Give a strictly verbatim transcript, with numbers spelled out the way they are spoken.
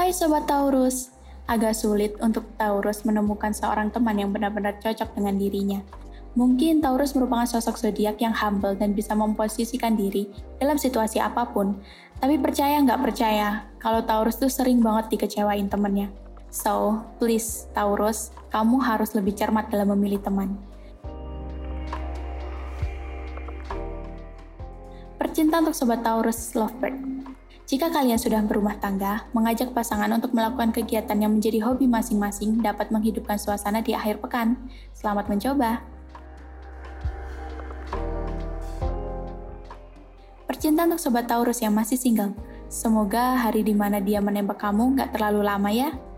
Hai Sobat Taurus, agak sulit untuk Taurus menemukan seorang teman yang benar-benar cocok dengan dirinya. Mungkin Taurus merupakan sosok zodiak yang humble dan bisa memposisikan diri dalam situasi apapun. Tapi percaya nggak percaya, kalau Taurus tuh sering banget dikecewain temennya. So, please Taurus, kamu harus lebih cermat dalam memilih teman. Percintaan untuk Sobat Taurus Lovebird. Jika kalian sudah berumah tangga, mengajak pasangan untuk melakukan kegiatan yang menjadi hobi masing-masing dapat menghidupkan suasana di akhir pekan. Selamat mencoba! Percintaan untuk Sobat Taurus yang masih single. Semoga hari di mana dia menembak kamu nggak terlalu lama ya.